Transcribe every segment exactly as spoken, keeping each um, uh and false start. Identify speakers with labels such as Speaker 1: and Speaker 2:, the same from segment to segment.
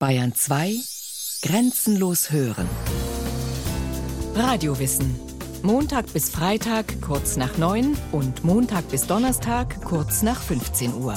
Speaker 1: Bayern zwei Grenzenlos hören. Radiowissen. Montag bis Freitag kurz nach neun und Montag bis Donnerstag kurz nach fünfzehn Uhr.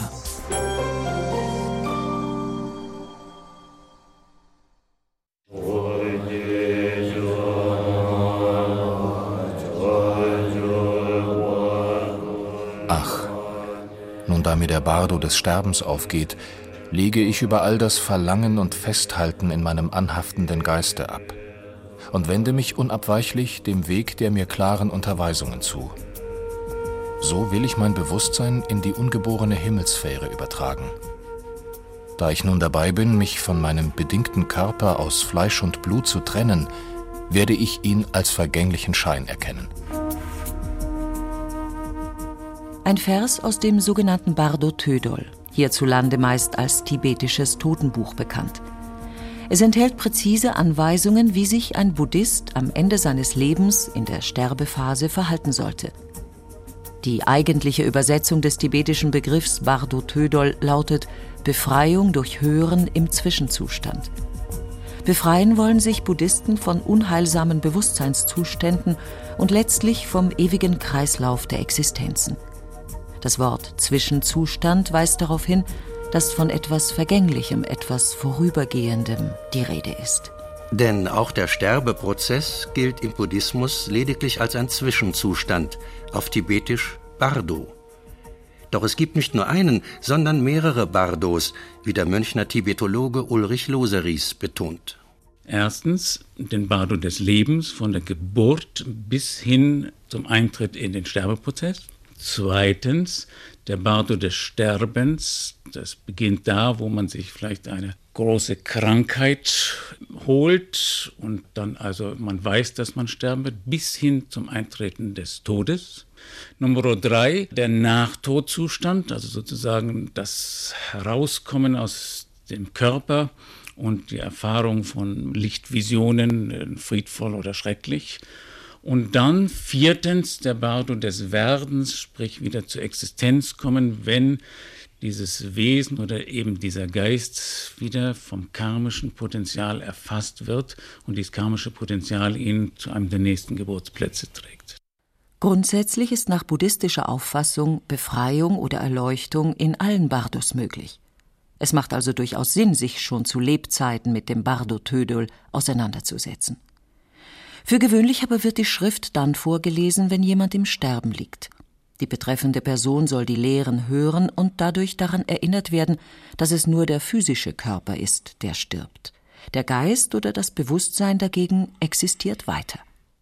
Speaker 2: Ach, nun da mir der Bardo des Sterbens aufgeht, lege ich über all das Verlangen und Festhalten in meinem anhaftenden Geiste ab und wende mich unabweichlich dem Weg der mir klaren Unterweisungen zu. So will ich mein Bewusstsein in die ungeborene Himmelssphäre übertragen. Da ich nun dabei bin, mich von meinem bedingten Körper aus Fleisch und Blut zu trennen, werde ich ihn als vergänglichen Schein erkennen.
Speaker 3: Ein Vers aus dem sogenannten Bardo Tödol, hierzulande meist als tibetisches Totenbuch bekannt. Es enthält präzise Anweisungen, wie sich ein Buddhist am Ende seines Lebens in der Sterbephase verhalten sollte. Die eigentliche Übersetzung des tibetischen Begriffs Bardo Tödol lautet Befreiung durch Hören im Zwischenzustand. Befreien wollen sich Buddhisten von unheilsamen Bewusstseinszuständen und letztlich vom ewigen Kreislauf der Existenzen. Das Wort Zwischenzustand weist darauf hin, dass von etwas Vergänglichem, etwas Vorübergehendem die Rede ist.
Speaker 4: Denn auch der Sterbeprozess gilt im Buddhismus lediglich als ein Zwischenzustand, auf Tibetisch Bardo. Doch es gibt nicht nur einen, sondern mehrere Bardos, wie der Münchner Tibetologe Ulrich Loseries betont.
Speaker 5: Erstens den Bardo des Lebens von der Geburt bis hin zum Eintritt in den Sterbeprozess. Zweitens der Bardo des Sterbens. Das beginnt da, wo man sich vielleicht eine große Krankheit holt und dann also man weiß, dass man sterben wird, bis hin zum Eintreten des Todes. Nummer drei, der Nachtodzustand, also sozusagen das Herauskommen aus dem Körper und die Erfahrung von Lichtvisionen, friedvoll oder schrecklich. Und dann viertens der Bardo des Werdens, sprich wieder zur Existenz kommen, wenn dieses Wesen oder eben dieser Geist wieder vom karmischen Potenzial erfasst wird und dieses karmische Potenzial ihn zu einem der nächsten Geburtsplätze trägt.
Speaker 3: Grundsätzlich ist nach buddhistischer Auffassung Befreiung oder Erleuchtung in allen Bardos möglich. Es macht also durchaus Sinn, sich schon zu Lebzeiten mit dem Bardo Tödol auseinanderzusetzen. Für gewöhnlich aber wird die Schrift dann vorgelesen, wenn jemand im Sterben liegt. Die betreffende Person soll die Lehren hören und dadurch daran erinnert werden, dass es nur der physische Körper ist, der stirbt. Der Geist oder das Bewusstsein dagegen existiert weiter.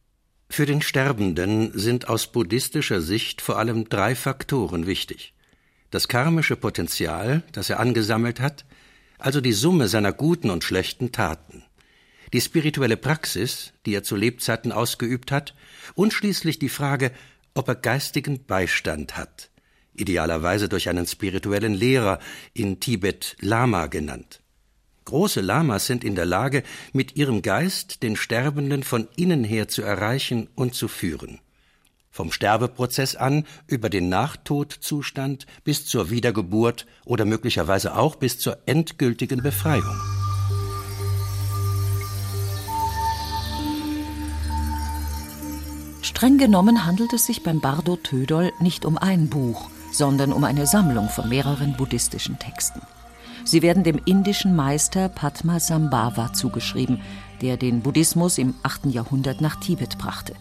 Speaker 4: Für den Sterbenden sind aus buddhistischer Sicht vor allem drei Faktoren wichtig. Das karmische Potenzial, das er angesammelt hat, also die Summe seiner guten und schlechten Taten. Die spirituelle Praxis, die er zu Lebzeiten ausgeübt hat, und schließlich die Frage, ob er geistigen Beistand hat, idealerweise durch einen spirituellen Lehrer, in Tibet Lama genannt. Große Lamas sind in der Lage, mit ihrem Geist den Sterbenden von innen her zu erreichen und zu führen. Vom Sterbeprozess an, über den Nachtodzustand bis zur Wiedergeburt oder möglicherweise auch bis zur endgültigen Befreiung.
Speaker 3: Streng genommen handelt es sich beim Bardo Tödol nicht um ein Buch, sondern um eine Sammlung von mehreren buddhistischen Texten. Sie werden dem indischen Meister Padmasambhava zugeschrieben, der den Buddhismus im achten Jahrhundert nach Tibet brachte.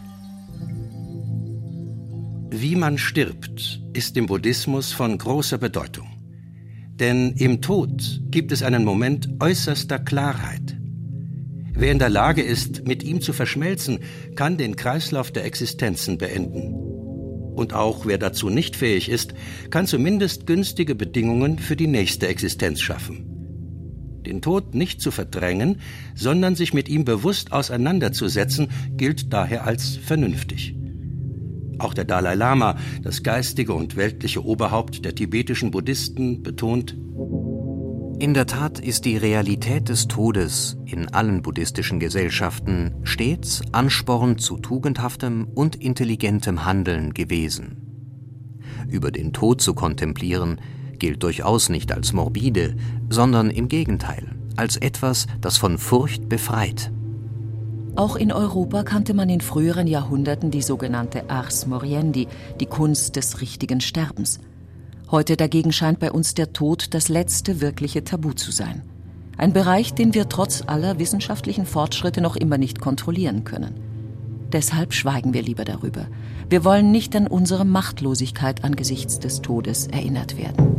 Speaker 4: Wie man stirbt, ist im Buddhismus von großer Bedeutung. Denn im Tod gibt es einen Moment äußerster Klarheit. Wer in der Lage ist, mit ihm zu verschmelzen, kann den Kreislauf der Existenzen beenden. Und auch wer dazu nicht fähig ist, kann zumindest günstige Bedingungen für die nächste Existenz schaffen. Den Tod nicht zu verdrängen, sondern sich mit ihm bewusst auseinanderzusetzen, gilt daher als vernünftig. Auch der Dalai Lama, das geistige und weltliche Oberhaupt der tibetischen Buddhisten, betont:
Speaker 6: In der Tat ist die Realität des Todes in allen buddhistischen Gesellschaften stets Ansporn zu tugendhaftem und intelligentem Handeln gewesen. Über den Tod zu kontemplieren, gilt durchaus nicht als morbide, sondern im Gegenteil als etwas, das von Furcht befreit.
Speaker 3: Auch in Europa kannte man in früheren Jahrhunderten die sogenannte Ars Moriendi, die Kunst des richtigen Sterbens. Heute dagegen scheint bei uns der Tod das letzte wirkliche Tabu zu sein. Ein Bereich, den wir trotz aller wissenschaftlichen Fortschritte noch immer nicht kontrollieren können. Deshalb schweigen wir lieber darüber. Wir wollen nicht an unsere Machtlosigkeit angesichts des Todes erinnert werden.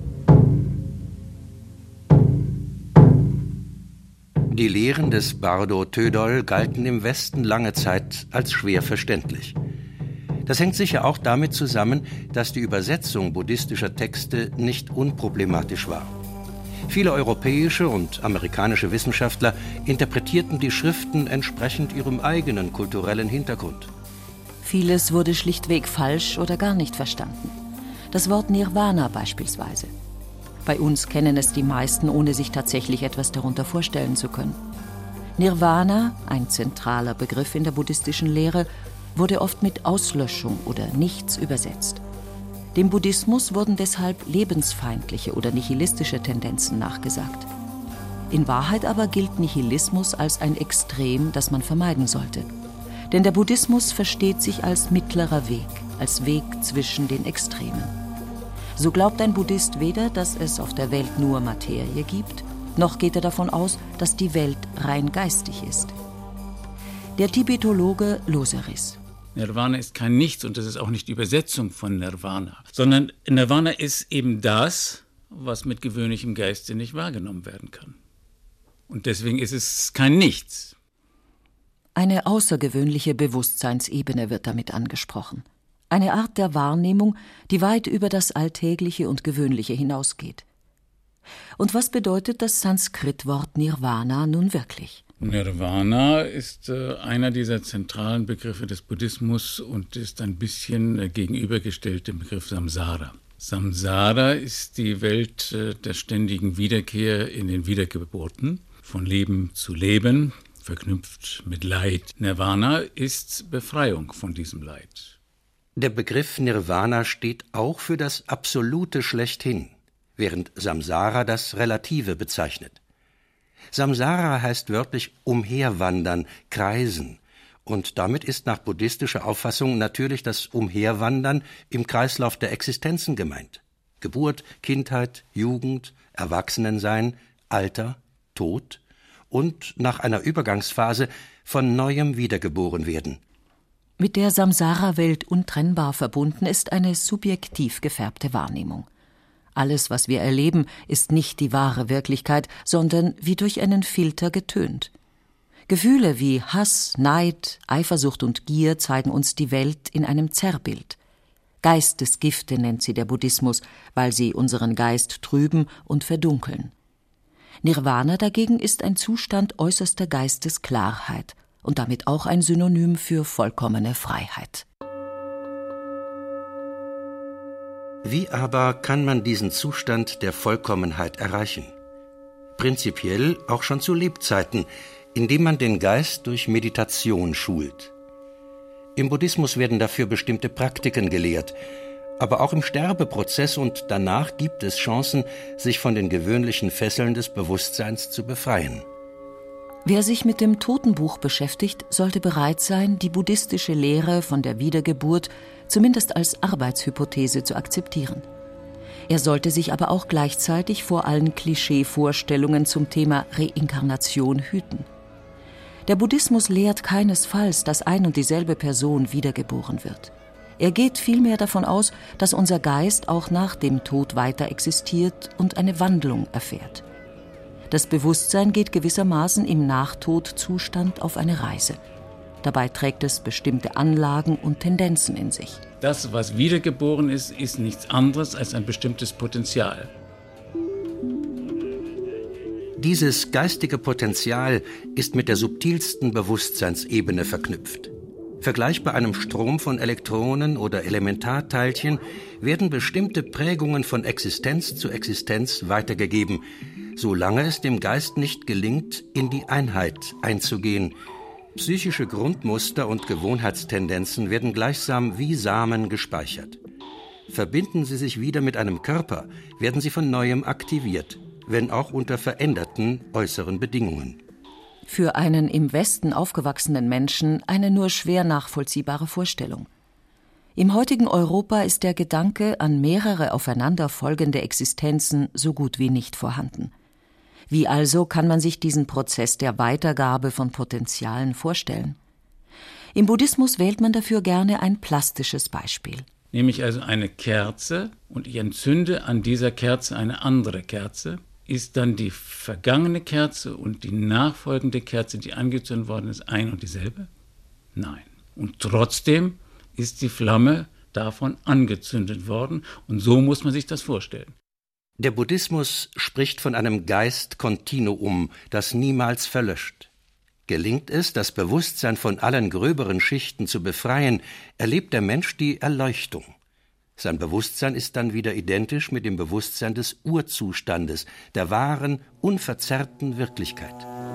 Speaker 4: Die Lehren des Bardo Tödol galten im Westen lange Zeit als schwer verständlich. Das hängt sicher auch damit zusammen, dass die Übersetzung buddhistischer Texte nicht unproblematisch war. Viele europäische und amerikanische Wissenschaftler interpretierten die Schriften entsprechend ihrem eigenen kulturellen Hintergrund.
Speaker 3: Vieles wurde schlichtweg falsch oder gar nicht verstanden. Das Wort Nirvana beispielsweise. Bei uns kennen es die meisten, ohne sich tatsächlich etwas darunter vorstellen zu können. Nirvana, ein zentraler Begriff in der buddhistischen Lehre, wurde oft mit Auslöschung oder Nichts übersetzt. Dem Buddhismus wurden deshalb lebensfeindliche oder nihilistische Tendenzen nachgesagt. In Wahrheit aber gilt Nihilismus als ein Extrem, das man vermeiden sollte. Denn der Buddhismus versteht sich als mittlerer Weg, als Weg zwischen den Extremen. So glaubt ein Buddhist weder, dass es auf der Welt nur Materie gibt, noch geht er davon aus, dass die Welt rein geistig ist. Der Tibetologe Loseris.
Speaker 5: Nirvana ist kein Nichts und das ist auch nicht die Übersetzung von Nirvana, sondern Nirvana ist eben das, was mit gewöhnlichem Geiste nicht wahrgenommen werden kann. Und deswegen ist es kein Nichts.
Speaker 3: Eine außergewöhnliche Bewusstseinsebene wird damit angesprochen. Eine Art der Wahrnehmung, die weit über das Alltägliche und Gewöhnliche hinausgeht. Und was bedeutet das Sanskritwort Nirvana nun wirklich?
Speaker 5: Nirvana ist äh, einer dieser zentralen Begriffe des Buddhismus und ist ein bisschen äh, gegenübergestellt dem Begriff Samsara. Samsara ist die Welt äh, der ständigen Wiederkehr in den Wiedergeburten, von Leben zu Leben, verknüpft mit Leid. Nirvana ist Befreiung von diesem Leid.
Speaker 4: Der Begriff Nirvana steht auch für das Absolute schlechthin, während Samsara das Relative bezeichnet. Samsara heißt wörtlich umherwandern, kreisen, und damit ist nach buddhistischer Auffassung natürlich das Umherwandern im Kreislauf der Existenzen gemeint. Geburt, Kindheit, Jugend, Erwachsenensein, Alter, Tod und nach einer Übergangsphase von Neuem wiedergeboren werden.
Speaker 3: Mit der Samsara-Welt untrennbar verbunden ist eine subjektiv gefärbte Wahrnehmung. Alles, was wir erleben, ist nicht die wahre Wirklichkeit, sondern wie durch einen Filter getönt. Gefühle wie Hass, Neid, Eifersucht und Gier zeigen uns die Welt in einem Zerrbild. Geistesgifte nennt sie der Buddhismus, weil sie unseren Geist trüben und verdunkeln. Nirvana dagegen ist ein Zustand äußerster Geistesklarheit und damit auch ein Synonym für vollkommene Freiheit.
Speaker 4: Wie aber kann man diesen Zustand der Vollkommenheit erreichen? Prinzipiell auch schon zu Lebzeiten, indem man den Geist durch Meditation schult. Im Buddhismus werden dafür bestimmte Praktiken gelehrt, aber auch im Sterbeprozess und danach gibt es Chancen, sich von den gewöhnlichen Fesseln des Bewusstseins zu befreien.
Speaker 3: Wer sich mit dem Totenbuch beschäftigt, sollte bereit sein, die buddhistische Lehre von der Wiedergeburt zumindest als Arbeitshypothese zu akzeptieren. Er sollte sich aber auch gleichzeitig vor allen Klischeevorstellungen zum Thema Reinkarnation hüten. Der Buddhismus lehrt keinesfalls, dass ein und dieselbe Person wiedergeboren wird. Er geht vielmehr davon aus, dass unser Geist auch nach dem Tod weiter existiert und eine Wandlung erfährt. Das Bewusstsein geht gewissermaßen im Nachtodzustand auf eine Reise. Dabei trägt es bestimmte Anlagen und Tendenzen in sich.
Speaker 5: Das, was wiedergeboren ist, ist nichts anderes als ein bestimmtes Potenzial.
Speaker 4: Dieses geistige Potenzial ist mit der subtilsten Bewusstseinsebene verknüpft. Vergleichbar einem Strom von Elektronen oder Elementarteilchen werden bestimmte Prägungen von Existenz zu Existenz weitergegeben, solange es dem Geist nicht gelingt, in die Einheit einzugehen. Psychische Grundmuster und Gewohnheitstendenzen werden gleichsam wie Samen gespeichert. Verbinden sie sich wieder mit einem Körper, werden sie von Neuem aktiviert, wenn auch unter veränderten äußeren Bedingungen.
Speaker 3: Für einen im Westen aufgewachsenen Menschen eine nur schwer nachvollziehbare Vorstellung. Im heutigen Europa ist der Gedanke an mehrere aufeinanderfolgende Existenzen so gut wie nicht vorhanden. Wie also kann man sich diesen Prozess der Weitergabe von Potenzialen vorstellen? Im Buddhismus wählt man dafür gerne ein plastisches Beispiel.
Speaker 5: Nehme ich also eine Kerze und ich entzünde an dieser Kerze eine andere Kerze, ist dann die vergangene Kerze und die nachfolgende Kerze, die angezündet worden ist, ein und dieselbe? Nein. Und trotzdem ist die Flamme davon angezündet worden und so muss man sich das vorstellen.
Speaker 4: Der Buddhismus spricht von einem Geist-Kontinuum, das niemals verlöscht. Gelingt es, das Bewusstsein von allen gröberen Schichten zu befreien, erlebt der Mensch die Erleuchtung. Sein Bewusstsein ist dann wieder identisch mit dem Bewusstsein des Urzustandes, der wahren, unverzerrten Wirklichkeit.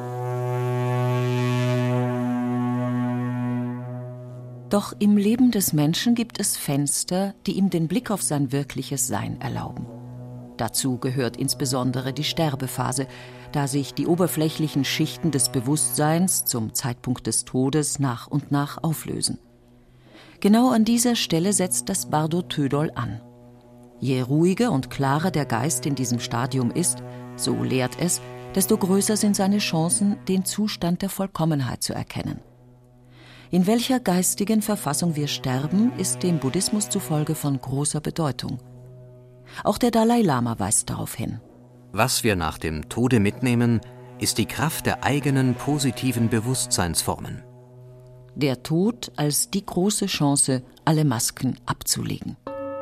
Speaker 3: Doch im Leben des Menschen gibt es Fenster, die ihm den Blick auf sein wirkliches Sein erlauben. Dazu gehört insbesondere die Sterbephase, da sich die oberflächlichen Schichten des Bewusstseins zum Zeitpunkt des Todes nach und nach auflösen. Genau an dieser Stelle setzt das Bardo Tödol an. Je ruhiger und klarer der Geist in diesem Stadium ist, so lehrt es, desto größer sind seine Chancen, den Zustand der Vollkommenheit zu erkennen. In welcher geistigen Verfassung wir sterben, ist dem Buddhismus zufolge von großer Bedeutung. Auch der Dalai Lama weist darauf hin.
Speaker 6: Was wir nach dem Tode mitnehmen, ist die Kraft der eigenen positiven Bewusstseinsformen.
Speaker 3: Der Tod als die große Chance, alle Masken abzulegen.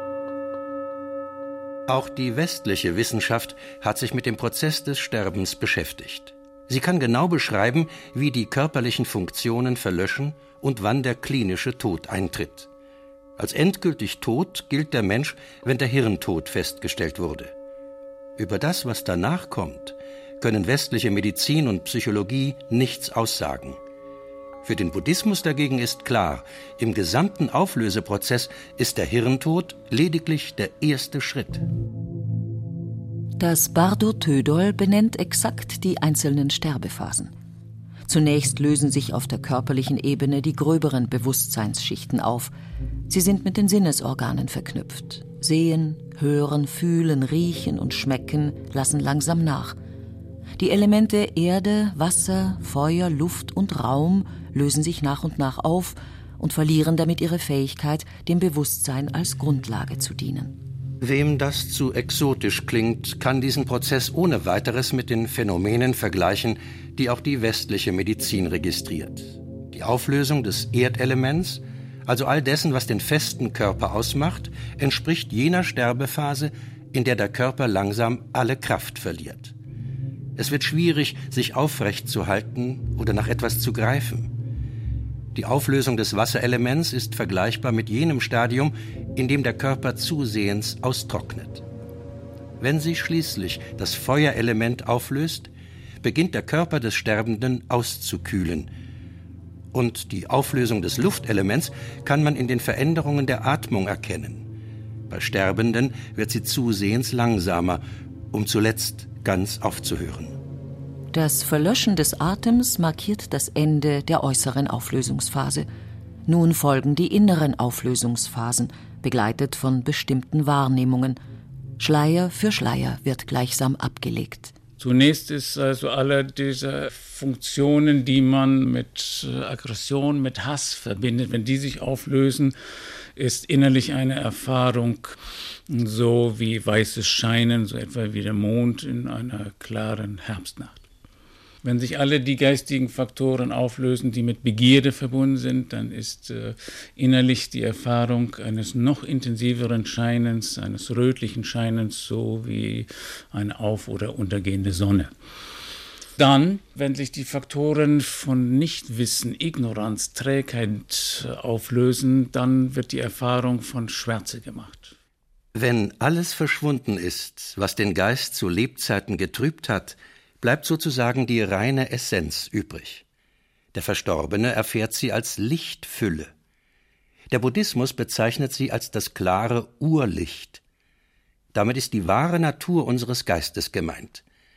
Speaker 4: Auch die westliche Wissenschaft hat sich mit dem Prozess des Sterbens beschäftigt. Sie kann genau beschreiben, wie die körperlichen Funktionen verlöschen und wann der klinische Tod eintritt. Als endgültig tot gilt der Mensch, wenn der Hirntod festgestellt wurde. Über das, was danach kommt, können westliche Medizin und Psychologie nichts aussagen. Für den Buddhismus dagegen ist klar, im gesamten Auflöseprozess ist der Hirntod lediglich der erste Schritt.
Speaker 3: Das Bardo Tödol benennt exakt die einzelnen Sterbephasen. Zunächst lösen sich auf der körperlichen Ebene die gröberen Bewusstseinsschichten auf. Sie sind mit den Sinnesorganen verknüpft. Sehen, hören, fühlen, riechen und schmecken lassen langsam nach. Die Elemente Erde, Wasser, Feuer, Luft und Raum lösen sich nach und nach auf und verlieren damit ihre Fähigkeit, dem Bewusstsein als Grundlage zu dienen.
Speaker 4: Wem das zu exotisch klingt, kann diesen Prozess ohne weiteres mit den Phänomenen vergleichen, die auch die westliche Medizin registriert. Die Auflösung des Erdelements, also all dessen, was den festen Körper ausmacht, entspricht jener Sterbephase, in der der Körper langsam alle Kraft verliert. Es wird schwierig, sich aufrecht zu halten oder nach etwas zu greifen. Die Auflösung des Wasserelements ist vergleichbar mit jenem Stadium, in dem der Körper zusehends austrocknet. Wenn sich schließlich das Feuerelement auflöst, beginnt der Körper des Sterbenden auszukühlen. Und die Auflösung des Luftelements kann man in den Veränderungen der Atmung erkennen. Bei Sterbenden wird sie zusehends langsamer, um zuletzt ganz aufzuhören.
Speaker 3: Das Verlöschen des Atems markiert das Ende der äußeren Auflösungsphase. Nun folgen die inneren Auflösungsphasen, begleitet von bestimmten Wahrnehmungen. Schleier für Schleier wird gleichsam abgelegt.
Speaker 5: Zunächst ist also alle diese Funktionen, die man mit Aggression, mit Hass verbindet, wenn die sich auflösen, ist innerlich eine Erfahrung so wie weißes Scheinen, so etwa wie der Mond in einer klaren Herbstnacht. Wenn sich alle die geistigen Faktoren auflösen, die mit Begierde verbunden sind, dann ist äh, innerlich die Erfahrung eines noch intensiveren Scheinens, eines rötlichen Scheinens, so wie eine auf- oder untergehende Sonne. Dann, wenn sich die Faktoren von Nichtwissen, Ignoranz, Trägheit auflösen, dann wird die Erfahrung von Schwärze gemacht.
Speaker 4: Wenn alles verschwunden ist, was den Geist zu Lebzeiten getrübt hat, bleibt sozusagen die reine Essenz übrig. Der Verstorbene erfährt sie als Lichtfülle. Der Buddhismus bezeichnet sie als das klare Urlicht. Damit ist die wahre Natur unseres Geistes gemeint.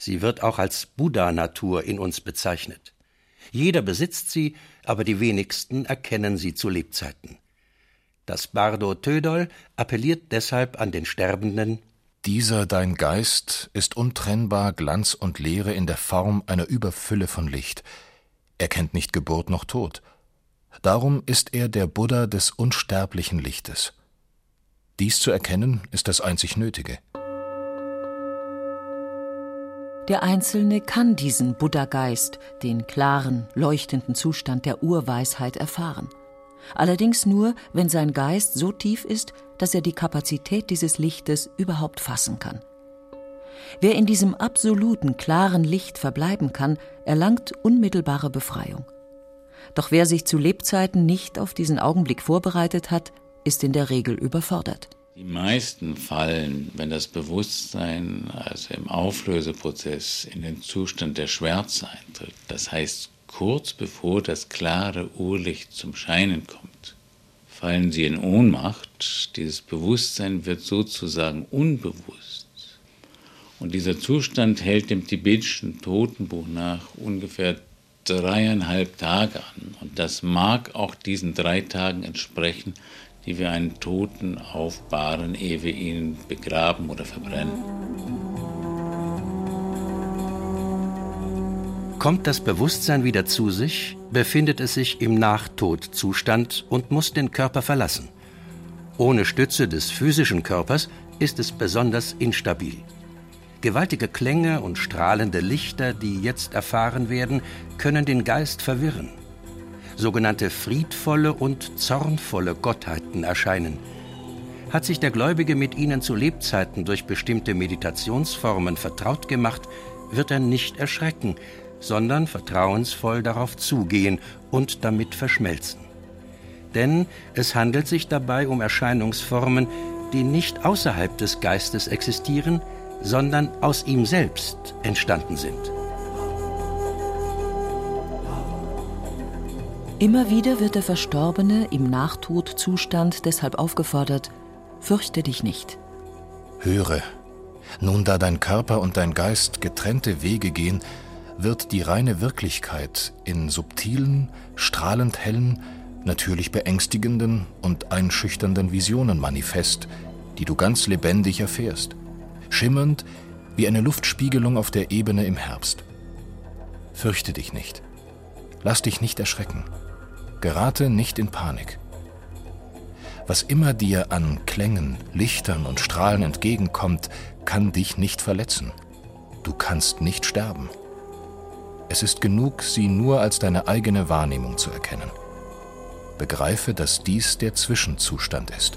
Speaker 4: Sie wird auch als Buddha-Natur in uns bezeichnet. Jeder besitzt sie, aber die wenigsten erkennen sie zu Lebzeiten. Das Bardo Tödol appelliert deshalb an den Sterbenden:
Speaker 2: Dieser dein Geist ist untrennbar Glanz und Leere in der Form einer Überfülle von Licht. Er kennt nicht Geburt noch Tod. Darum ist er der Buddha des unsterblichen Lichtes. Dies zu erkennen, ist das einzig Nötige.
Speaker 3: Der Einzelne kann diesen Buddha-Geist, den klaren, leuchtenden Zustand der Urweisheit erfahren. Allerdings nur, wenn sein Geist so tief ist, dass er die Kapazität dieses Lichtes überhaupt fassen kann. Wer in diesem absoluten, klaren Licht verbleiben kann, erlangt unmittelbare Befreiung. Doch wer sich zu Lebzeiten nicht auf diesen Augenblick vorbereitet hat, ist in der Regel überfordert.
Speaker 5: Die meisten fallen, wenn das Bewusstsein, also im Auflöseprozess, in den Zustand der Schwärze eintritt. Das heißt, kurz bevor das klare Urlicht zum Scheinen kommt, fallen sie in Ohnmacht. Dieses Bewusstsein wird sozusagen unbewusst. Und dieser Zustand hält dem tibetischen Totenbuch nach ungefähr dreieinhalb Tage an. Und das mag auch diesen drei Tagen entsprechen, die wir einen Toten aufbahren, ehe wir ihn begraben oder verbrennen.
Speaker 4: Kommt das Bewusstsein wieder zu sich, befindet es sich im Nachtodzustand und muss den Körper verlassen. Ohne Stütze des physischen Körpers ist es besonders instabil. Gewaltige Klänge und strahlende Lichter, die jetzt erfahren werden, können den Geist verwirren. Sogenannte friedvolle und zornvolle Gottheiten erscheinen. Hat sich der Gläubige mit ihnen zu Lebzeiten durch bestimmte Meditationsformen vertraut gemacht, wird er nicht erschrecken, sondern vertrauensvoll darauf zugehen und damit verschmelzen. Denn es handelt sich dabei um Erscheinungsformen, die nicht außerhalb des Geistes existieren, sondern aus ihm selbst entstanden sind.
Speaker 3: Immer wieder wird der Verstorbene im Nachtodzustand deshalb aufgefordert: Fürchte dich nicht.
Speaker 2: Höre, nun da dein Körper und dein Geist getrennte Wege gehen, wird die reine Wirklichkeit in subtilen, strahlend hellen, natürlich beängstigenden und einschüchternden Visionen manifest, die du ganz lebendig erfährst, schimmernd wie eine Luftspiegelung auf der Ebene im Herbst. Fürchte dich nicht. Lass dich nicht erschrecken. Gerate nicht in Panik. Was immer dir an Klängen, Lichtern und Strahlen entgegenkommt, kann dich nicht verletzen. Du kannst nicht sterben. Es ist genug, sie nur als deine eigene Wahrnehmung zu erkennen. Begreife, dass dies der Zwischenzustand ist.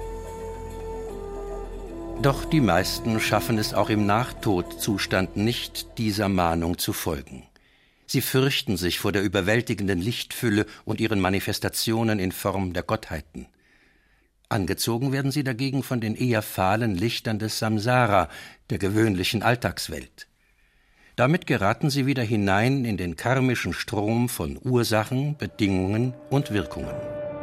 Speaker 4: Doch die meisten schaffen es auch im Nachtodzustand nicht, dieser Mahnung zu folgen. Sie fürchten sich vor der überwältigenden Lichtfülle und ihren Manifestationen in Form der Gottheiten. Angezogen werden sie dagegen von den eher fahlen Lichtern des Samsara, der gewöhnlichen Alltagswelt. Damit geraten sie wieder hinein in den karmischen Strom von Ursachen, Bedingungen und Wirkungen.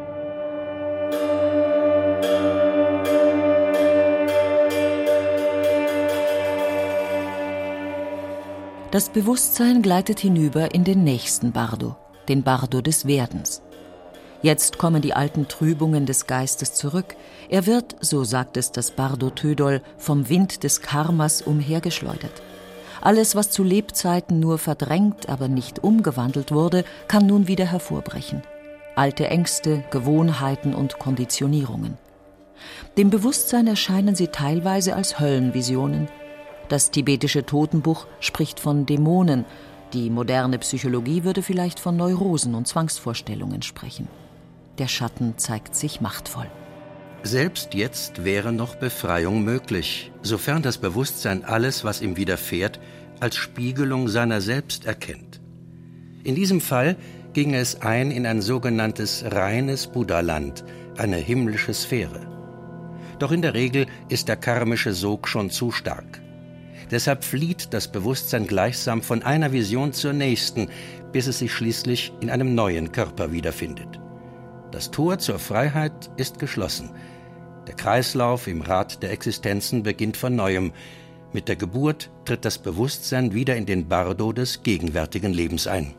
Speaker 3: Das Bewusstsein gleitet hinüber in den nächsten Bardo, den Bardo des Werdens. Jetzt kommen die alten Trübungen des Geistes zurück. Er wird, so sagt es das Bardo Tödol, vom Wind des Karmas umhergeschleudert. Alles, was zu Lebzeiten nur verdrängt, aber nicht umgewandelt wurde, kann nun wieder hervorbrechen. Alte Ängste, Gewohnheiten und Konditionierungen. Dem Bewusstsein erscheinen sie teilweise als Höllenvisionen. Das tibetische Totenbuch spricht von Dämonen. Die moderne Psychologie würde vielleicht von Neurosen und Zwangsvorstellungen sprechen. Der Schatten zeigt sich machtvoll.
Speaker 4: Selbst jetzt wäre noch Befreiung möglich, sofern das Bewusstsein alles, was ihm widerfährt, als Spiegelung seiner selbst erkennt. In diesem Fall ginge es ein in ein sogenanntes reines Buddhaland, eine himmlische Sphäre. Doch in der Regel ist der karmische Sog schon zu stark. Deshalb flieht das Bewusstsein gleichsam von einer Vision zur nächsten, bis es sich schließlich in einem neuen Körper wiederfindet. Das Tor zur Freiheit ist geschlossen. Der Kreislauf im Rad der Existenzen beginnt von neuem. Mit der Geburt tritt das Bewusstsein wieder in den Bardo des gegenwärtigen Lebens ein.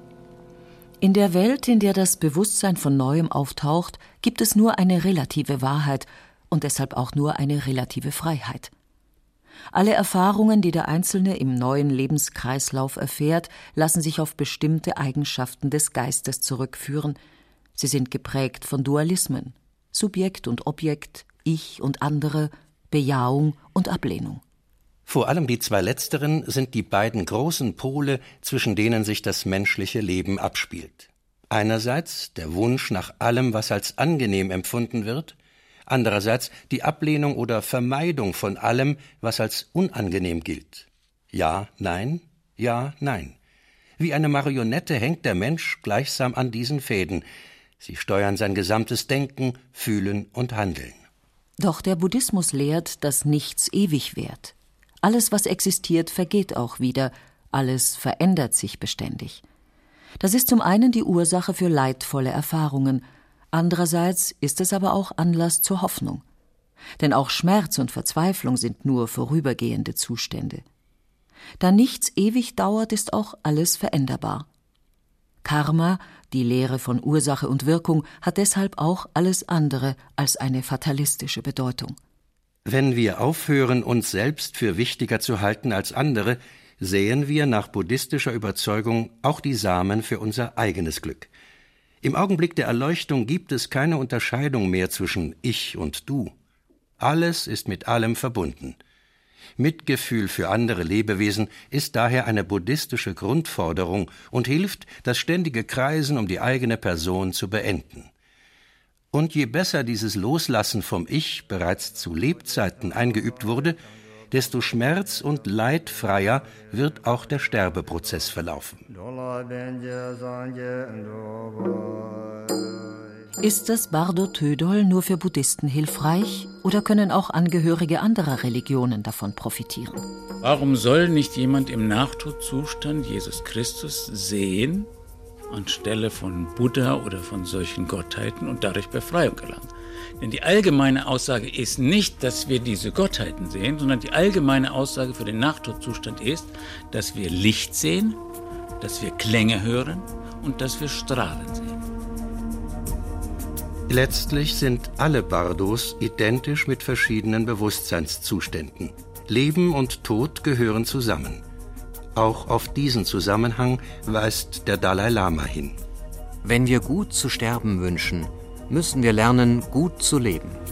Speaker 3: In der Welt, in der das Bewusstsein von Neuem auftaucht, gibt es nur eine relative Wahrheit und deshalb auch nur eine relative Freiheit. Alle Erfahrungen, die der Einzelne im neuen Lebenskreislauf erfährt, lassen sich auf bestimmte Eigenschaften des Geistes zurückführen. Sie sind geprägt von Dualismen: Subjekt und Objekt, Ich und andere, Bejahung und Ablehnung.
Speaker 4: Vor allem die zwei letzteren sind die beiden großen Pole, zwischen denen sich das menschliche Leben abspielt. Einerseits der Wunsch nach allem, was als angenehm empfunden wird, andererseits die Ablehnung oder Vermeidung von allem, was als unangenehm gilt. Ja, nein, ja, nein. Wie eine Marionette hängt der Mensch gleichsam an diesen Fäden. Sie steuern sein gesamtes Denken, Fühlen und Handeln.
Speaker 3: Doch der Buddhismus lehrt, dass nichts ewig währt. Alles, was existiert, vergeht auch wieder. Alles verändert sich beständig. Das ist zum einen die Ursache für leidvolle Erfahrungen. Andererseits ist es aber auch Anlass zur Hoffnung. Denn auch Schmerz und Verzweiflung sind nur vorübergehende Zustände. Da nichts ewig dauert, ist auch alles veränderbar. Karma, die Lehre von Ursache und Wirkung, hat deshalb auch alles andere als eine fatalistische Bedeutung.
Speaker 4: Wenn wir aufhören, uns selbst für wichtiger zu halten als andere, säen wir nach buddhistischer Überzeugung auch die Samen für unser eigenes Glück. Im Augenblick der Erleuchtung gibt es keine Unterscheidung mehr zwischen Ich und Du. Alles ist mit allem verbunden. Mitgefühl für andere Lebewesen ist daher eine buddhistische Grundforderung und hilft, das ständige Kreisen um die eigene Person zu beenden. Und je besser dieses Loslassen vom Ich bereits zu Lebzeiten eingeübt wurde, desto schmerz- und leidfreier wird auch der Sterbeprozess verlaufen.
Speaker 3: Ist das Bardo Tödol nur für Buddhisten hilfreich oder können auch Angehörige anderer Religionen davon profitieren?
Speaker 5: Warum soll nicht jemand im Nachtodzustand Jesus Christus sehen, anstelle von Buddha oder von solchen Gottheiten, und dadurch Befreiung erlangen? Denn die allgemeine Aussage ist nicht, dass wir diese Gottheiten sehen, sondern die allgemeine Aussage für den Nachtodzustand ist, dass wir Licht sehen, dass wir Klänge hören und dass wir Strahlen sehen.
Speaker 4: Letztlich sind alle Bardos identisch mit verschiedenen Bewusstseinszuständen. Leben und Tod gehören zusammen. Auch auf diesen Zusammenhang weist der Dalai Lama hin.
Speaker 6: Wenn wir gut zu sterben wünschen, müssen wir lernen, gut zu leben.